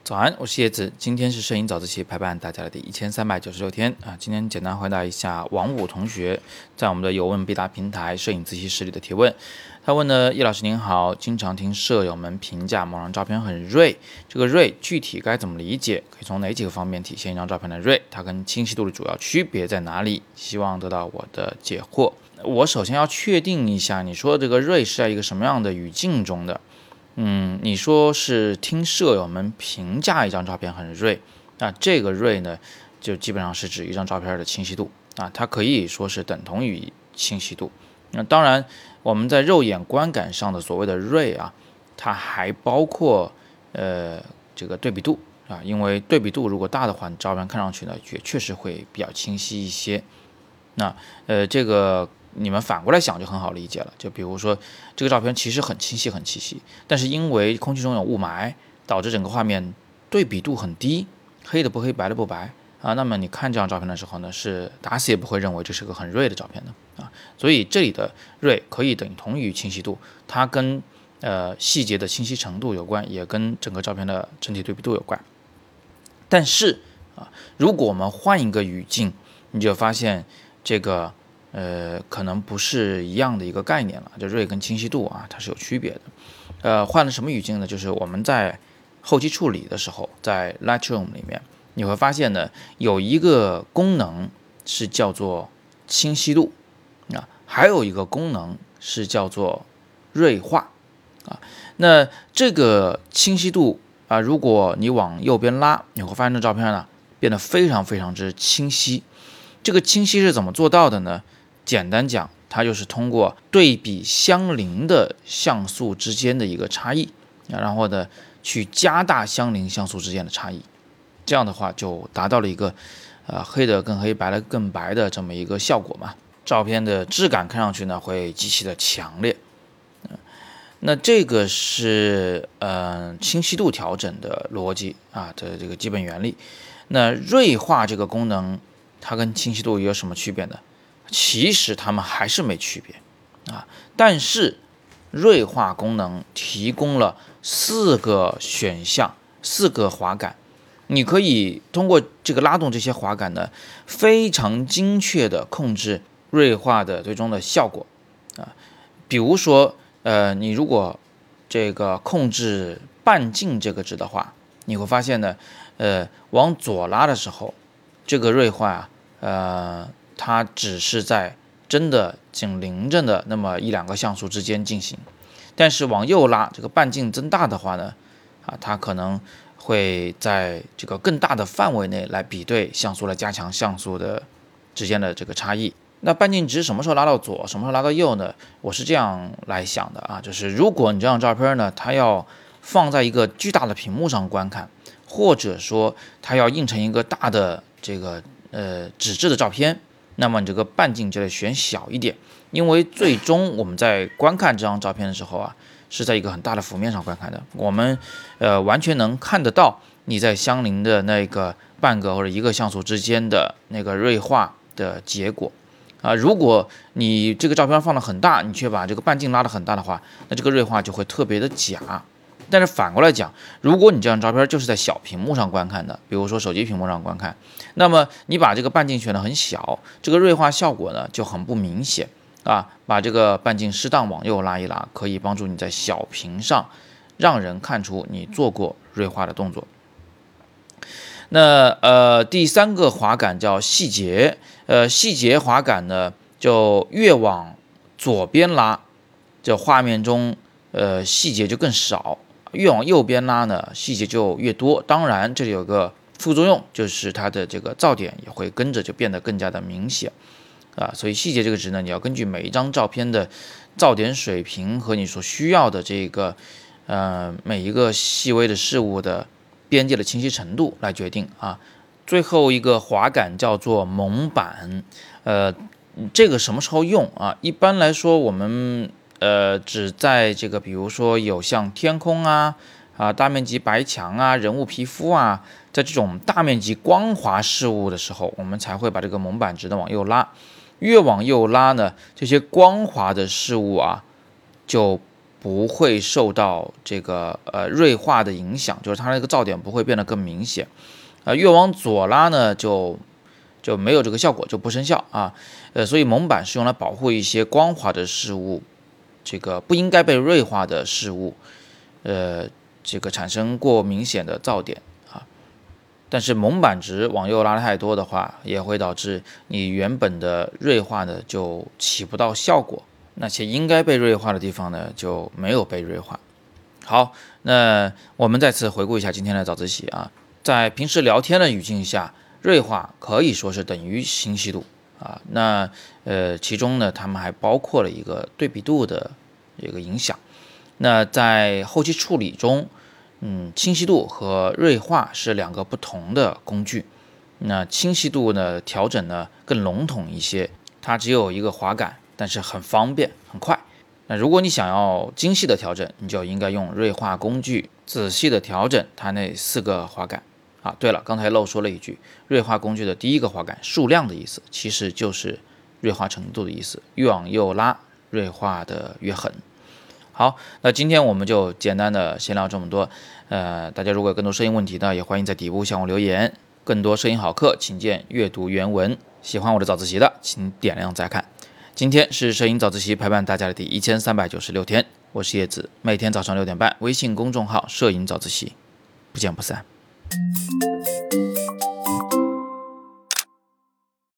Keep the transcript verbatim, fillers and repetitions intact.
早安，我是叶子。今天是摄影早自习陪伴大家的第一千三百九十六天啊。今天简单回答一下王武同学在我们的有问必答平台摄影自习室里的提问。他问呢，叶老师您好，经常听舍友们评价某张照片很锐，这个锐具体该怎么理解？可以从哪几个方面体现一张照片的锐？它跟清晰度的主要区别在哪里？希望得到我的解惑。我首先要确定一下，你说的这个锐是在一个什么样的语境中的？嗯，你说是听舍友们评价一张照片很锐，那这个锐呢，就基本上是指一张照片的清晰度啊，它可以说是等同于清晰度。那当然，我们在肉眼观感上的所谓的锐啊，它还包括呃这个对比度啊，因为对比度如果大的话，照片看上去呢也确实会比较清晰一些。那呃这个。你们反过来想就很好理解了，就比如说这个照片其实很清晰很清晰，但是因为空气中有雾霾，导致整个画面对比度很低，黑的不黑，白的不白啊。那么你看这张照片的时候呢，是打死也不会认为这是个很锐的照片的啊。所以这里的锐可以等同于清晰度，它跟呃细节的清晰程度有关，也跟整个照片的整体对比度有关。但是啊，如果我们换一个语境，你就发现这个。呃，可能不是一样的一个概念了，就锐跟清晰度啊，它是有区别的。呃，换了什么语境呢？就是我们在后期处理的时候，在 Lightroom 里面，你会发现呢，有一个功能是叫做清晰度啊，还有一个功能是叫做锐化啊。那这个清晰度啊，如果你往右边拉，你会发现这照片呢变得非常非常之清晰。这个清晰是怎么做到的呢？简单讲，它就是通过对比相邻的像素之间的一个差异，然后呢，去加大相邻像素之间的差异，这样的话就达到了一个，呃，黑的更黑，白的更白的这么一个效果嘛。照片的质感看上去呢会极其的强烈。嗯、那这个是呃清晰度调整的逻辑啊的这个基本原理。那锐化这个功能，它跟清晰度有什么区别呢？其实它们还是没区别啊，但是锐化功能提供了四个选项，四个滑杆，你可以通过这个拉动这些滑杆呢，非常精确的控制锐化的最终的效果啊。比如说，呃，你如果这个控制半径这个值的话，你会发现呢，呃，往左拉的时候，这个锐化啊，呃。它只是在真的紧邻着的那么一两个像素之间进行，但是往右拉，这个半径增大的话呢，啊，它可能会在这个更大的范围内来比对像素，来加强像素的之间的这个差异。那半径值什么时候拉到左，什么时候拉到右呢？我是这样来想的啊，就是如果你这张照片呢，它要放在一个巨大的屏幕上观看，或者说它要印成一个大的这个呃纸质的照片。那么你这个半径就得选小一点，因为最终我们在观看这张照片的时候啊，是在一个很大的幅面上观看的，我们呃完全能看得到你在相邻的那个半个或者一个像素之间的那个锐化的结果啊。如果你这个照片放得很大，你却把这个半径拉得很大的话，那这个锐化就会特别的假。但是反过来讲，如果你这张照片就是在小屏幕上观看的，比如说手机屏幕上观看，那么你把这个半径选得很小，这个锐化效果呢就很不明显啊。把这个半径适当往右拉一拉，可以帮助你在小屏上让人看出你做过锐化的动作。那呃第三个滑杆叫细节，呃细节滑杆呢就越往左边拉，这画面中呃细节就更少。越往右边拉呢，细节就越多。当然，这里有个副作用，就是它的这个噪点也会跟着就变得更加的明显啊。所以细节这个值呢，你要根据每一张照片的噪点水平和你所需要的这个呃每一个细微的事物的边界的清晰程度来决定啊。最后一个滑杆叫做蒙版，呃，这个什么时候用啊？一般来说，我们呃，只在这个，比如说有像天空啊、啊大面积白墙啊、人物皮肤啊，在这种大面积光滑事物的时候，我们才会把这个蒙版值的往右拉。越往右拉呢，这些光滑的事物啊，就不会受到这个呃锐化的影响，就是它那个噪点不会变得更明显。呃，越往左拉呢，就就没有这个效果，就不生效啊。呃，所以蒙版是用来保护一些光滑的事物，这个不应该被锐化的事物，呃，这个产生过明显的噪点啊。但是蒙版值往右拉太多的话，也会导致你原本的锐化呢就起不到效果。那些应该被锐化的地方呢，就没有被锐化。好，那我们再次回顾一下今天的早自习啊，在平时聊天的语境下，锐化可以说是等于清晰度啊。那呃，其中呢，他们还包括了一个对比度的一个影响。那在后期处理中，嗯，清晰度和锐化是两个不同的工具。那清晰度呢，调整呢更笼统一些，它只有一个滑杆。但是很方便很快。那如果你想要精细的调整，你就应该用锐化工具仔细的调整它那四个滑杆啊。对了，刚才漏说了一句，锐化工具的第一个滑杆数量的意思其实就是锐化程度的意思，越往右拉锐化的越狠。好，那今天我们就简单的先聊这么多。呃，大家如果有更多声音问题呢，也欢迎在底部向我留言。更多声音好课请见阅读原文。喜欢我的早自习的请点亮再看。今天是摄影早自习陪伴大家的第一千三百九十六天，我是叶子，每天早上六点半，微信公众号摄影早自习，不见不散。